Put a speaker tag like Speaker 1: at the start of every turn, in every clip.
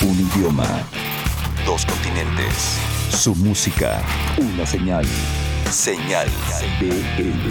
Speaker 1: Un idioma. Dos continentes. Su música. Una señal. Señal BL.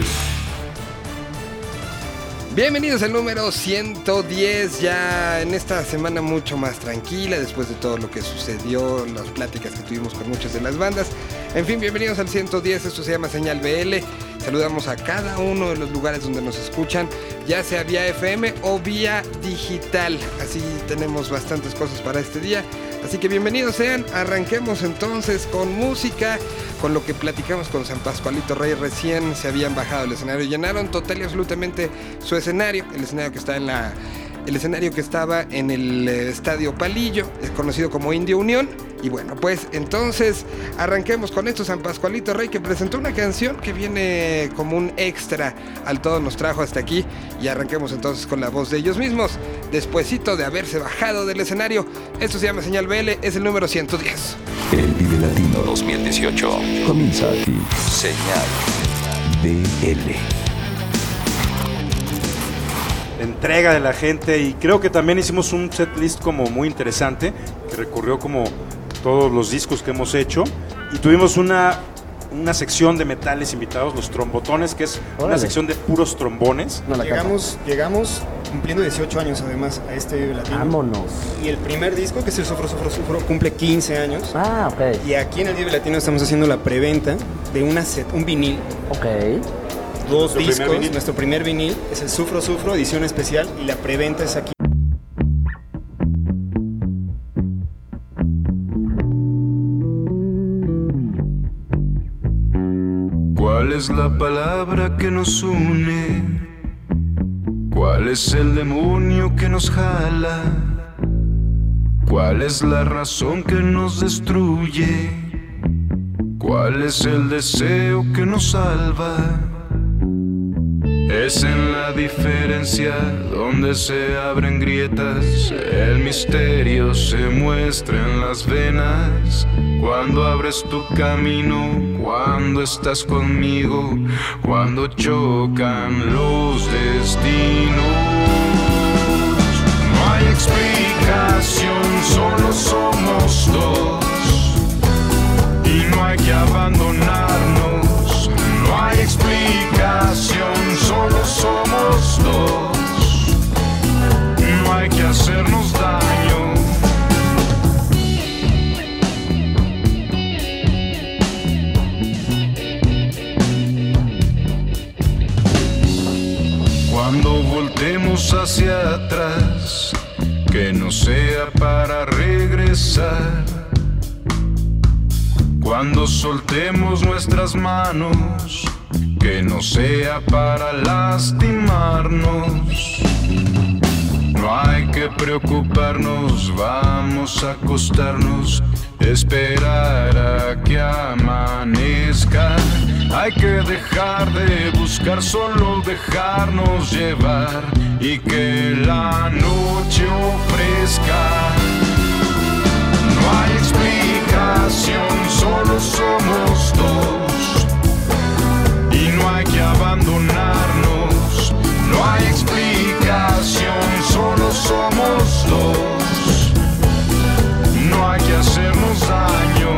Speaker 2: Bienvenidos al número 110, ya en esta semana mucho más tranquila después de todo lo que sucedió, las pláticas que tuvimos con muchas de las bandas. En fin, bienvenidos al 110, esto se llama Señal BL. Saludamos a cada uno de los lugares donde nos escuchan, ya sea vía FM o vía digital. Así tenemos bastantes cosas para este día. Así que bienvenidos sean, arranquemos entonces con música, con lo que platicamos con San Pascualito Rey. Recién se habían bajado el escenario, llenaron total y absolutamente su escenario, el escenario que estaba en el Estadio Palillo, es conocido como Indio Unión. Y bueno, pues entonces arranquemos con esto. San Pascualito Rey, que presentó una canción que viene como un extra al todo, nos trajo hasta aquí. Y arranquemos entonces con la voz de ellos mismos, despuesito de haberse bajado del escenario. Esto se llama Señal BL, es el número 110.
Speaker 1: El Vive Latino 2018 comienza aquí. Señal BL.
Speaker 3: Entrega de la gente, y creo que también hicimos un setlist como muy interesante que recorrió como todos los discos que hemos hecho, y tuvimos una sección de metales invitados, los trombotones, que es una sección de puros trombones.
Speaker 4: Llegamos cumpliendo 18 años además a este Vive Latino.
Speaker 5: Vámonos.
Speaker 4: Y el primer disco, que es el Sufro, cumple 15 años.
Speaker 5: Ah, ok.
Speaker 4: Y aquí en el Vive Latino estamos haciendo la preventa de un vinil.
Speaker 5: Ok.
Speaker 4: Dos discos. Nuestro primer vinil es el Sufro, edición especial, y la preventa es aquí.
Speaker 6: ¿Cuál es la palabra que nos une? ¿Cuál es el demonio que nos jala? ¿Cuál es la razón que nos destruye? ¿Cuál es el deseo que nos salva? Es en la diferencia donde se abren grietas, el misterio se muestra en las venas. Cuando abres tu camino, cuando estás conmigo, cuando chocan los destinos. No hay explicación, solo somos dos, y no hay que abandonarnos. No hay explicación, solo somos dos, no hay que hacernos daño. Cuando voltemos hacia atrás, que no sea para regresar. Cuando soltemos nuestras manos, que no sea para lastimarnos. No hay que preocuparnos, vamos a acostarnos, esperar a que amanezca. Hay que dejar de buscar, solo dejarnos llevar, y que la noche ofrezca. No hay explicación, solo somos dos, y no hay que abandonarnos. No hay explicación, solo somos dos, no hay que hacernos daño.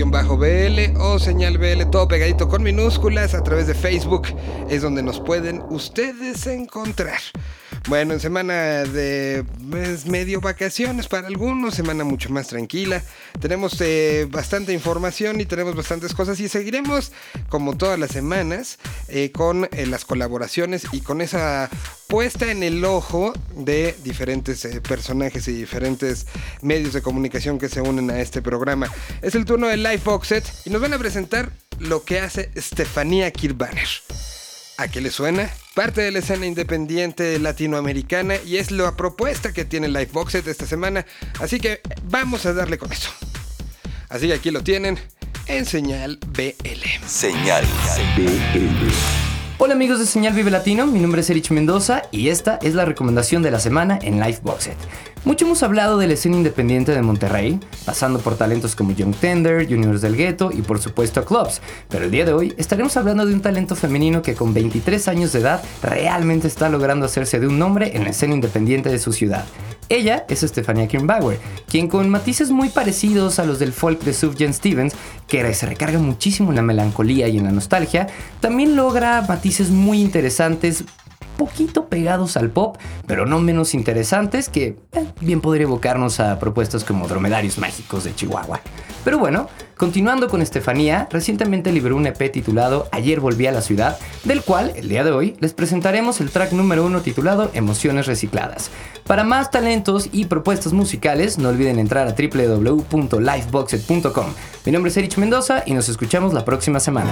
Speaker 2: señal-BL o señal BL, todo pegadito con minúsculas a través de Facebook. Es donde nos pueden ustedes encontrar. Bueno, en semana de medio vacaciones para algunos, semana mucho más tranquila. Tenemos bastante información y tenemos bastantes cosas y seguiremos como todas las semanas con las colaboraciones y con esa puesta en el ojo de diferentes personajes y diferentes medios de comunicación que se unen a este programa. Es el turno del Live Box Set y nos van a presentar lo que hace Stefania Kirchbauer. ¿A qué le suena? Parte de la escena independiente latinoamericana y es la propuesta que tiene Live Box Set esta semana, así que vamos a darle con eso. Así que aquí lo tienen en Señal BL.
Speaker 1: Señal BL.
Speaker 5: Hola amigos de Señal Vive Latino, mi nombre es Erich Mendoza y esta es la recomendación de la semana en Live Box Set. Mucho hemos hablado de la escena independiente de Monterrey, pasando por talentos como Young Tender, Juniors del Gueto y por supuesto Clubs, pero el día de hoy estaremos hablando de un talento femenino que con 23 años de edad realmente está logrando hacerse de un nombre en la escena independiente de su ciudad. Ella es Stefania Kirchbauer, quien con matices muy parecidos a los del folk de Sufjan Stevens, que se recarga muchísimo en la melancolía y en la nostalgia, también logra matices muy interesantes, poquito pegados al pop, pero no menos interesantes, que bien podría evocarnos a propuestas como Dromedarios Mágicos de Chihuahua. Pero bueno, continuando con Stefania, recientemente liberó un EP titulado Ayer Volví a la Ciudad, del cual el día de hoy les presentaremos el track número 1 titulado Emociones Recicladas. Para más talentos y propuestas musicales, no olviden entrar a www.liveboxet.com. Mi nombre es Erich Mendoza y nos escuchamos la próxima semana.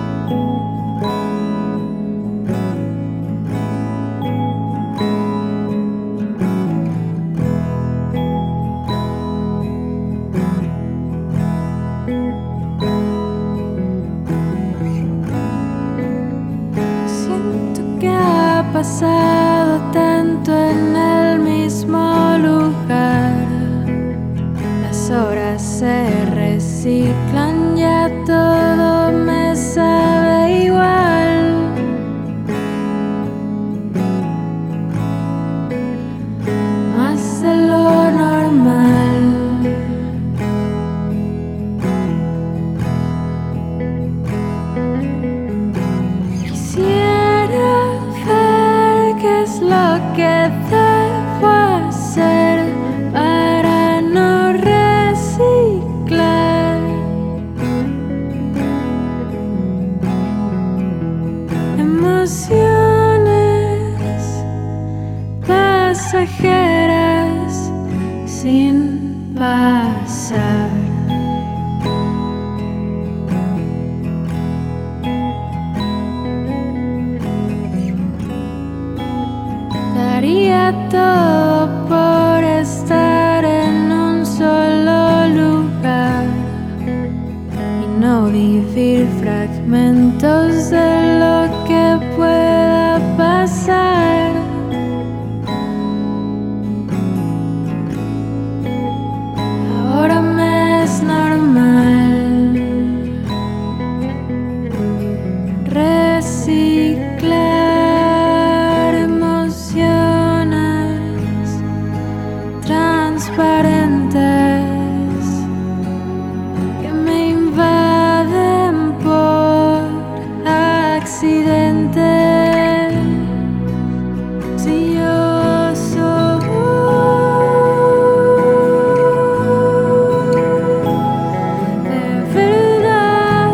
Speaker 7: Pasado tanto en el mismo lugar, las horas se reciclan, ya todo me sabe igual. Más de lo normal. Lo que debo hacer para no reciclar. Emociones pasajeras sin pasar. Daría todo por estar en un solo lugar y no vivir fragmentos de lo que pueda pasar. Ahora me es normal reciclar. Transparentes que me invaden por accidente. Si yo soy de verdad,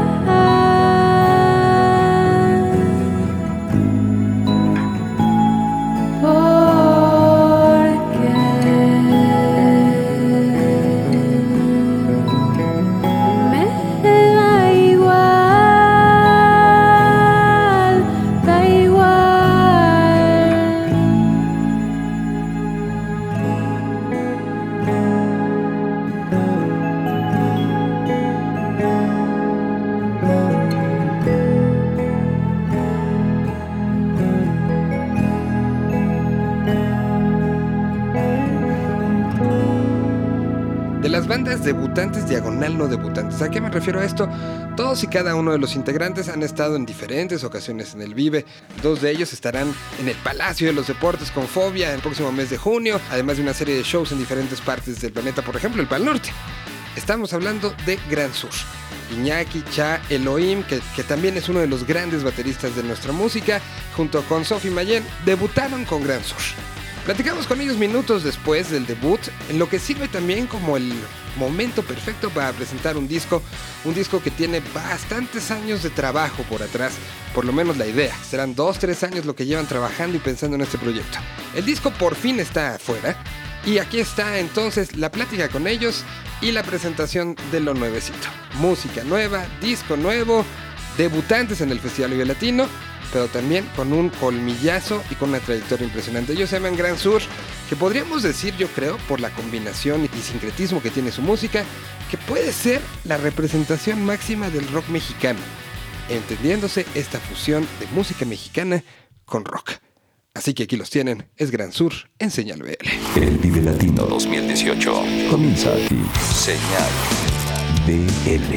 Speaker 2: las bandas debutantes diagonal no debutantes. ¿A qué me refiero a esto? Todos y cada uno de los integrantes han estado en diferentes ocasiones en el Vive. 2 de ellos estarán en el Palacio de los Deportes con Fobia el próximo mes de junio, además de una serie de shows en diferentes partes del planeta, por ejemplo el Pal Norte. Estamos hablando de Gran Sur. Iñaki Cha Elohim, que también es uno de los grandes bateristas de nuestra música, junto con Sophie Mayen, debutaron con Gran Sur. Platicamos con ellos minutos después del debut, en lo que sirve también como el momento perfecto para presentar un disco que tiene bastantes años de trabajo por atrás, por lo menos la idea. Serán 2-3 años lo que llevan trabajando y pensando en este proyecto. El disco por fin está afuera, y aquí está entonces la plática con ellos y la presentación de lo nuevecito. Música nueva, disco nuevo, debutantes en el Festival Vive Latino, pero también con un colmillazo y con una trayectoria impresionante. Ellos se llaman Gran Sur, que podríamos decir, yo creo, por la combinación y sincretismo que tiene su música, que puede ser la representación máxima del rock mexicano, entendiéndose esta fusión de música mexicana con rock. Así que aquí los tienen, es Gran Sur en Señal BL.
Speaker 1: El Vive Latino 2018 comienza aquí. Señal BL.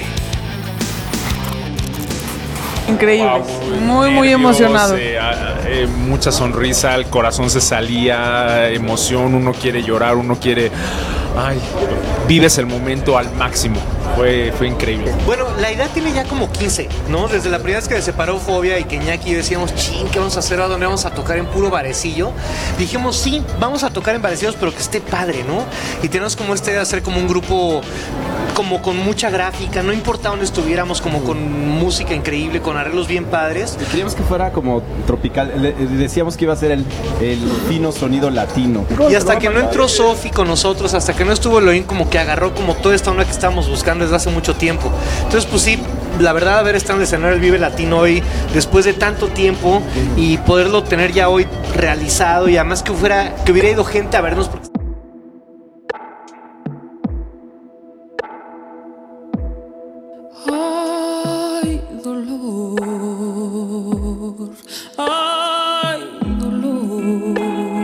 Speaker 8: Increíbles,
Speaker 9: Wow,
Speaker 8: muy emocionado.
Speaker 9: Mucha sonrisa, el corazón se salía, emoción, uno quiere llorar, uno quiere... Ay, vives el momento al máximo. Fue increíble.
Speaker 10: Bueno, la idea tiene ya como 15, ¿no? Desde la primera vez que se separó Fobia y que Iñaki y yo decíamos, chin, ¿qué vamos a hacer? ¿A dónde vamos a tocar? En puro barecillo. Dijimos, sí, vamos a tocar en barecillos, pero que esté padre, ¿no? Y tenemos como esta idea de hacer como un grupo como con mucha gráfica, no importa dónde estuviéramos, como con música increíble, con arreglos bien padres.
Speaker 4: Queríamos que fuera como tropical, decíamos que iba a ser el fino sonido latino.
Speaker 10: Y hasta que no entró Sophie con nosotros, hasta que no estuvo Elohim, como que agarró como toda esta onda que estábamos buscando desde hace mucho tiempo. Entonces, pues sí, la verdad, haber estado en el escenario del Vive Latino hoy, después de tanto tiempo, y poderlo tener ya hoy realizado, y además que hubiera ido gente a vernos, porque...
Speaker 7: Ay, dolor, ay, dolor,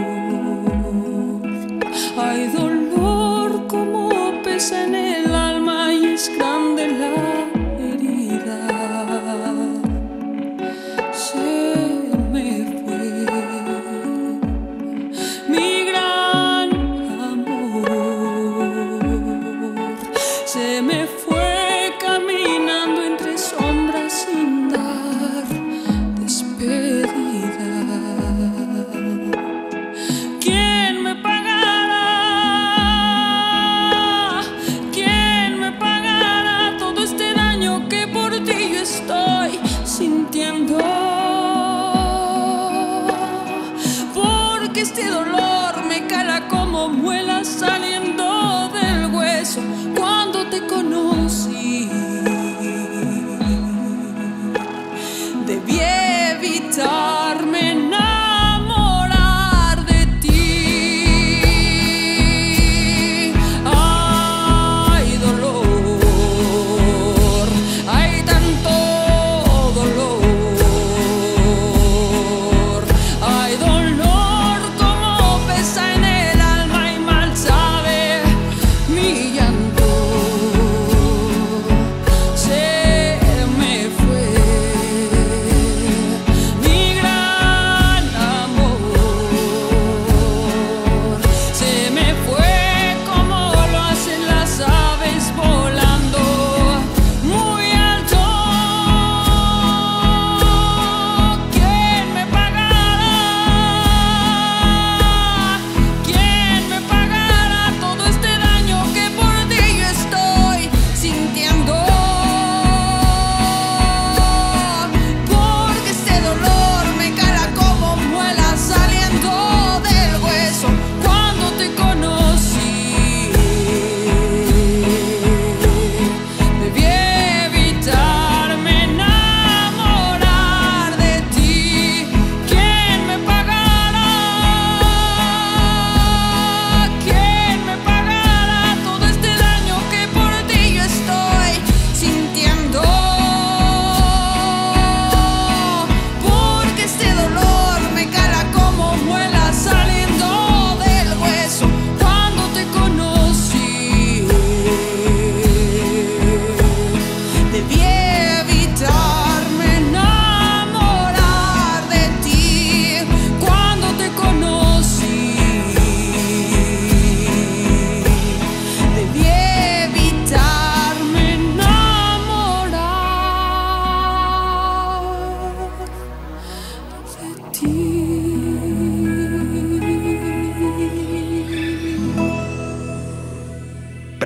Speaker 7: ay, dolor como pesa en el alma y es grande la herida. Se me fue mi gran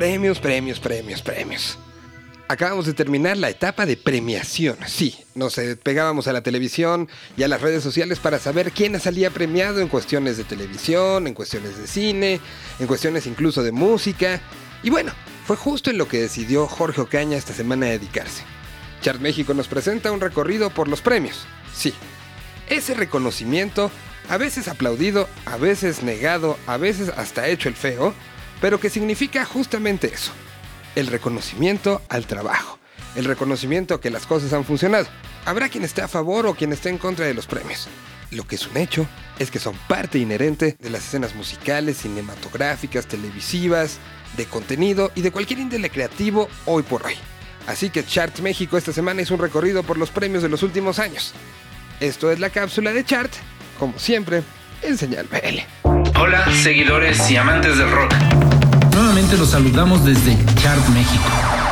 Speaker 2: premios. Acabamos de terminar la etapa de premiación. Sí, nos pegábamos a la televisión y a las redes sociales para saber quién salía premiado en cuestiones de televisión, en cuestiones de cine, en cuestiones incluso de música. Y bueno, fue justo en lo que decidió Jorge Ocaña esta semana dedicarse. Chart México nos presenta un recorrido por los premios. Sí, ese reconocimiento, a veces aplaudido, a veces negado, a veces hasta hecho el feo, pero que significa justamente eso. El reconocimiento al trabajo, el reconocimiento a que las cosas han funcionado. Habrá quien esté a favor o quien esté en contra de los premios. Lo que es un hecho es que son parte inherente de las escenas musicales, cinematográficas, televisivas, de contenido y de cualquier índole creativo hoy por hoy. Así que Chart México esta semana es un recorrido por los premios de los últimos años. Esto es la cápsula de Chart, como siempre, en Señal BL.
Speaker 11: Hola, seguidores y amantes del rock.
Speaker 12: Nuevamente los saludamos desde Chart México.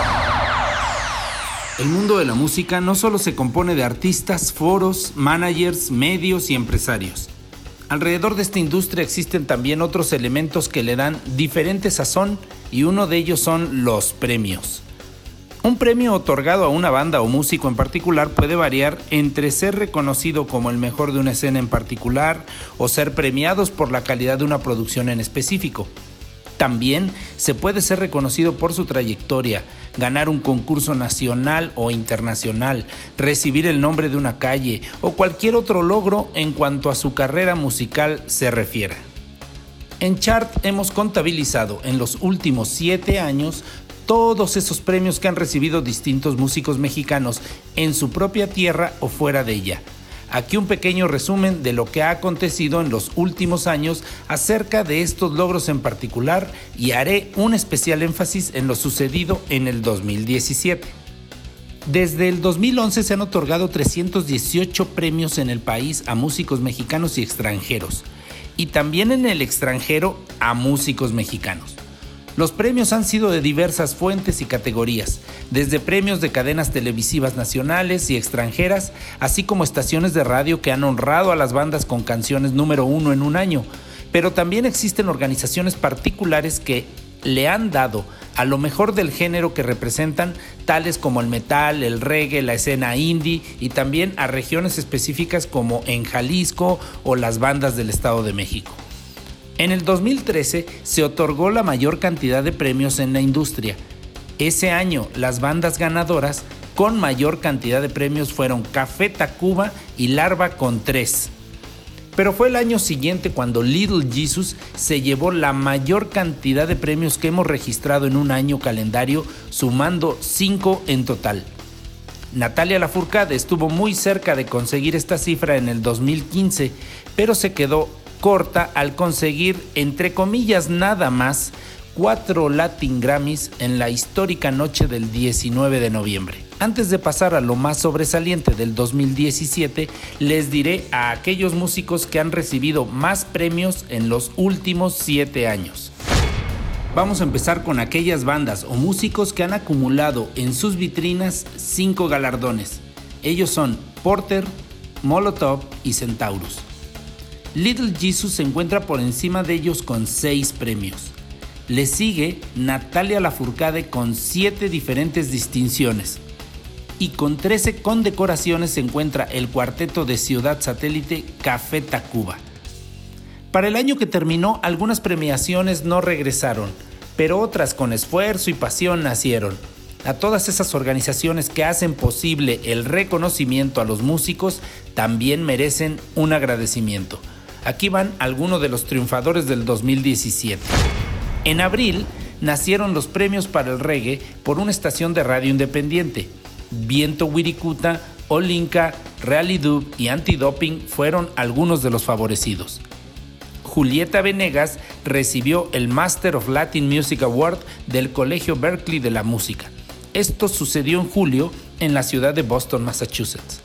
Speaker 12: El mundo de la música no solo se compone de artistas, foros, managers, medios y empresarios. Alrededor de esta industria existen también otros elementos que le dan diferente sazón y uno de ellos son los premios. Un premio otorgado a una banda o músico en particular puede variar entre ser reconocido como el mejor de una escena en particular o ser premiados por la calidad de una producción en específico. También se puede ser reconocido por su trayectoria, ganar un concurso nacional o internacional, recibir el nombre de una calle o cualquier otro logro en cuanto a su carrera musical se refiera. En Chart hemos contabilizado en los últimos 7 años todos esos premios que han recibido distintos músicos mexicanos en su propia tierra o fuera de ella. Aquí un pequeño resumen de lo que ha acontecido en los últimos años acerca de estos logros en particular y haré un especial énfasis en lo sucedido en el 2017. Desde el 2011 se han otorgado 318 premios en el país a músicos mexicanos y extranjeros, y también en el extranjero a músicos mexicanos. Los premios han sido de diversas fuentes y categorías, desde premios de cadenas televisivas nacionales y extranjeras, así como estaciones de radio que han honrado a las bandas con canciones número 1 en un año, pero también existen organizaciones particulares que le han dado a lo mejor del género que representan, tales como el metal, el reggae, la escena indie y también a regiones específicas como en Jalisco o las bandas del Estado de México. En el 2013 se otorgó la mayor cantidad de premios en la industria. Ese año, las bandas ganadoras con mayor cantidad de premios fueron Café Tacuba y Larva con 3. Pero fue el año siguiente cuando Little Jesus se llevó la mayor cantidad de premios que hemos registrado en un año calendario, sumando 5 en total. Natalia Lafourcade estuvo muy cerca de conseguir esta cifra en el 2015, pero se quedó corta al conseguir, entre comillas, nada más 4 Latin Grammys en la histórica noche del 19 de noviembre. Antes de pasar a lo más sobresaliente del 2017, les diré a aquellos músicos que han recibido más premios en los últimos 7 años. Vamos a empezar con aquellas bandas o músicos que han acumulado en sus vitrinas 5 galardones. Ellos son Porter, Molotov y Centaurus. Little Jesus se encuentra por encima de ellos con 6 premios. Le sigue Natalia Lafourcade con 7 diferentes distinciones. Y con 13 condecoraciones se encuentra el cuarteto de Ciudad Satélite Café Tacuba. Para el año que terminó, algunas premiaciones no regresaron, pero otras con esfuerzo y pasión nacieron. A todas esas organizaciones que hacen posible el reconocimiento a los músicos también merecen un agradecimiento. Aquí van algunos de los triunfadores del 2017. En abril nacieron los premios para el reggae por una estación de radio independiente. Viento Wirikuta, Olinka, Rally Dub y Antidoping fueron algunos de los favorecidos. Julieta Venegas recibió el Master of Latin Music Award del Colegio Berklee de la Música. Esto sucedió en julio en la ciudad de Boston, Massachusetts.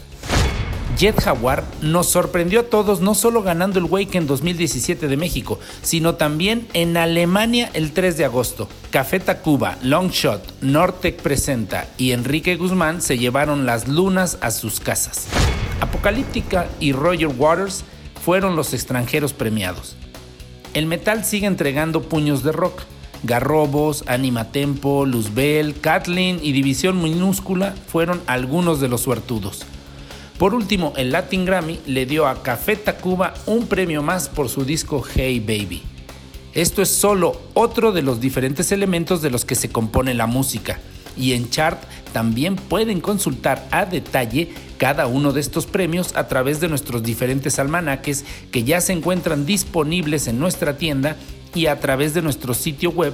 Speaker 12: Jet Jaguar nos sorprendió a todos no solo ganando el Wacken 2017 de México, sino también en Alemania el 3 de agosto. Café Tacuba, Longshot, Nortec Presenta y Enrique Guzmán se llevaron las lunas a sus casas. Apocalíptica y Roger Waters fueron los extranjeros premiados. El metal sigue entregando puños de rock. Garrobos, Anima Tempo, Luzbel, Kathleen y División Minúscula fueron algunos de los suertudos. Por último, el Latin Grammy le dio a Café Tacuba un premio más por su disco Hey Baby. Esto es solo otro de los diferentes elementos de los que se compone la música, y en Chart también pueden consultar a detalle cada uno de estos premios a través de nuestros diferentes almanaques que ya se encuentran disponibles en nuestra tienda y a través de nuestro sitio web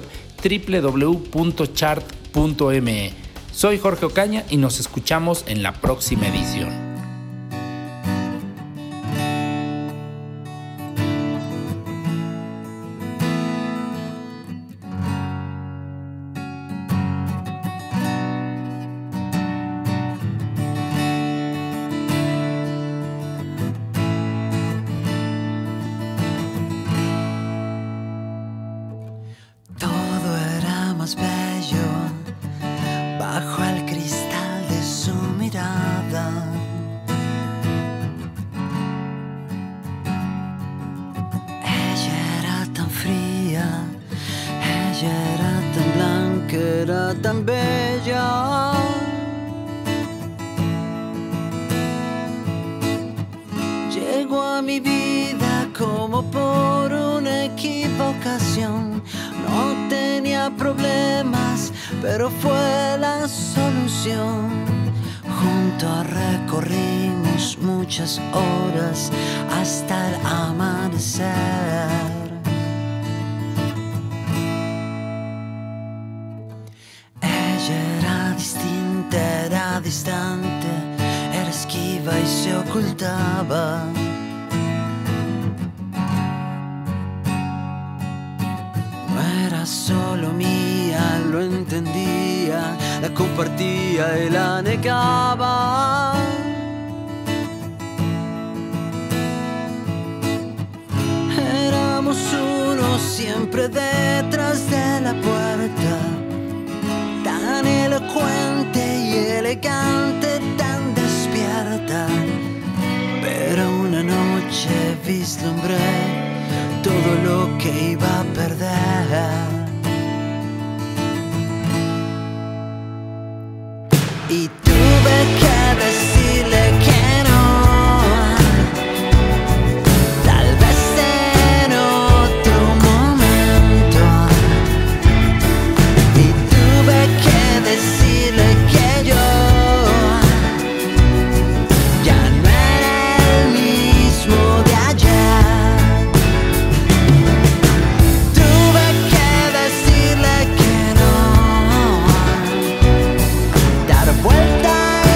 Speaker 12: www.chart.me. Soy Jorge Ocaña y nos escuchamos en la próxima edición.
Speaker 13: Tan bella, llegó a mi vida como por una equivocación. No tenía problemas, pero fue la solución. Juntos recorrimos muchas horas hasta el amanecer. Era distante, era esquiva y se ocultaba. No era solo mía, lo entendía, la compartía y la negaba. Éramos uno siempre detrás de la puerta, tan elocuente y elegante, tan despierta. Pero una noche vislumbré todo lo que iba a perder. Y tuve que decirle que no, tal vez en otro momento. Y tuve que decirle que yo ya no era el mismo de ayer. Tuve que decirle que no, dar vuelta y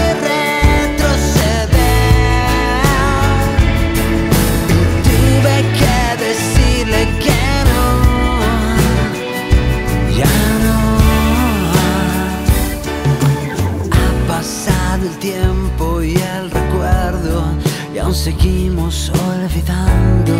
Speaker 13: retroceder. Y tuve que decirle que no, ya no. Ha pasado el tiempo y el recuerdo y aún seguimos olvidando.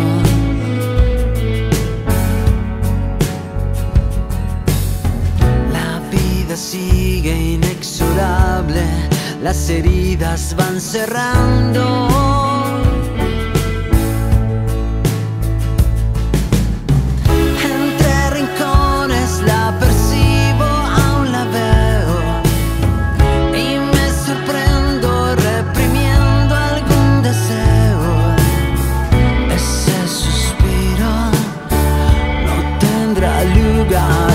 Speaker 13: La vida sigue inexorable, las heridas van cerrando. Entre rincones la percibo, aún la veo, y me sorprendo reprimiendo algún deseo. Ese suspiro no tendrá lugar.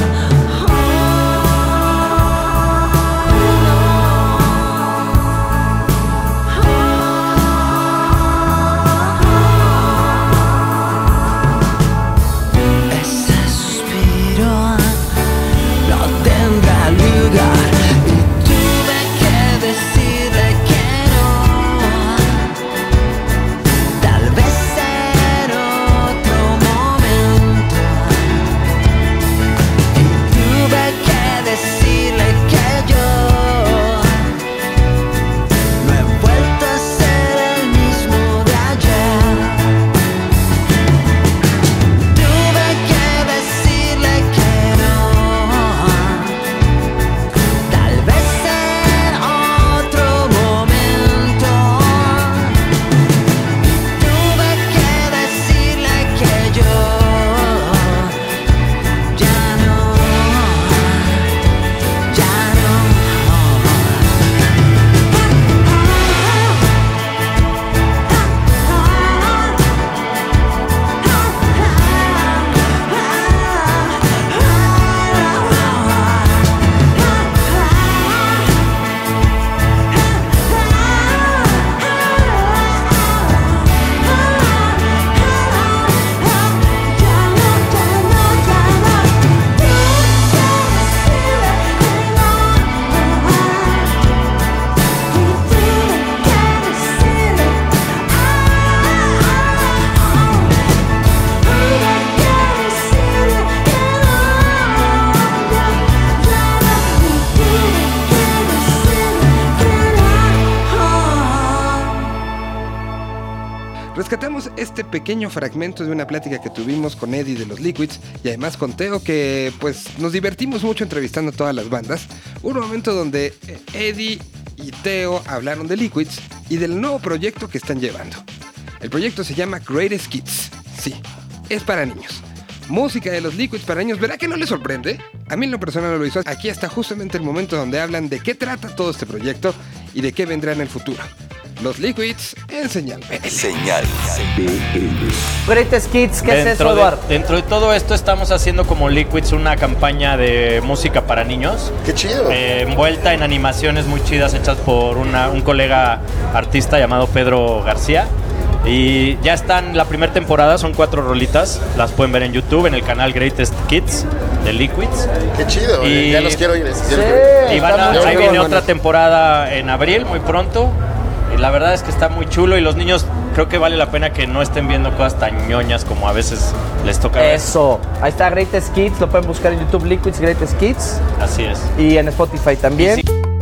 Speaker 2: Rescatamos este pequeño fragmento de una plática que tuvimos con Eddie de los Liquids y además con Teo, que pues nos divertimos mucho entrevistando a todas las bandas. Un momento donde Eddie y Teo hablaron de Liquids y del nuevo proyecto que están llevando. El proyecto se llama Greatest Kids. Sí, es para niños. Música de los Liquids para niños. ¿Verdad que no les sorprende? A mí en lo personal lo hizo. Aquí está justamente el momento donde hablan de qué trata todo este proyecto y de qué vendrá en el futuro. Los Liquids en Señal BL.
Speaker 1: Señal BL.
Speaker 14: Greatest Kids, ¿qué es eso, Eduardo?
Speaker 15: Dentro de todo esto estamos haciendo como Liquids una campaña de música para niños.
Speaker 16: ¡Qué chido!
Speaker 15: Envuelta en animaciones muy chidas hechas por un colega artista llamado Pedro García. Y ya están la primera temporada, son 4 rolitas. Las pueden ver en YouTube, en el canal Greatest Kids de Liquids.
Speaker 16: ¡Qué chido!
Speaker 15: Y
Speaker 16: ya los quiero ir.
Speaker 15: Y ahí viene otra temporada en abril, muy pronto. Y la verdad es que está muy chulo y los niños creo que vale la pena que no estén viendo cosas tan ñoñas como a veces les toca ver.
Speaker 14: Eso, ahí está Greatest Kids, lo pueden buscar en YouTube, Liquids Greatest Kids.
Speaker 15: Así es.
Speaker 14: Y en Spotify también.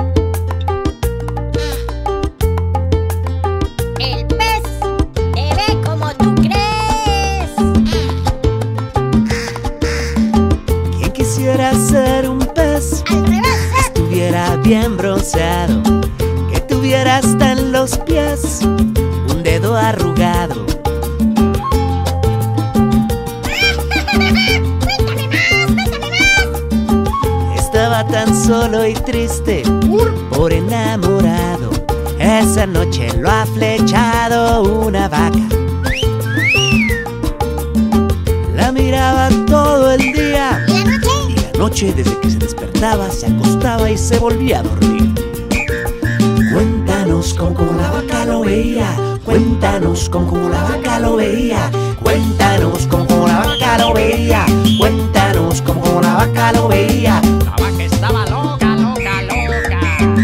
Speaker 17: El pez te ve como tú crees.
Speaker 13: ¿Quién quisiera ser un pez?
Speaker 17: Al revés.
Speaker 13: Que estuviera bien bronceado, que tuviera hasta en los pies un dedo arrugado. Estaba tan solo y triste por enamorado. Esa noche lo ha flechado una vaca. La miraba todo el día y la noche desde que se despertaba se acostaba y se volvía a dormir. Cuéntanos cómo la vaca lo veía. Cuéntanos cómo la vaca lo veía. Cuéntanos cómo la vaca lo veía. Cuéntanos cómo la vaca lo veía.
Speaker 17: La vaca estaba loca, loca, loca.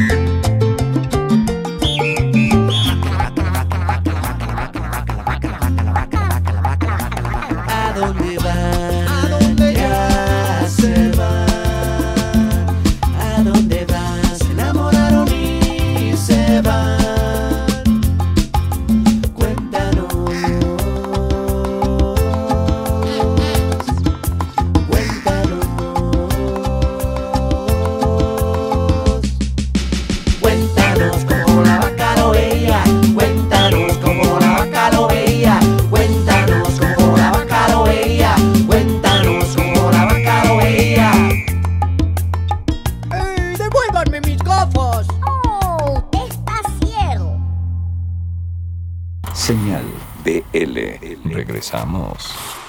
Speaker 13: ¿A dónde van? ¿A dónde ya se van? ¿A dónde van? Se enamoraron y se van. Cuéntanos. Cuéntanos. Cuéntanos cómo la vaca lo veía. Cuéntanos cómo la vaca lo veía. Cuéntanos cómo la vaca lo veía. Cuéntanos cómo la vaca lo veía.
Speaker 17: ¡Ey, devuélvanme mis gafas! ¡Oh, estás ciego!
Speaker 1: Señal BL. Regresamos.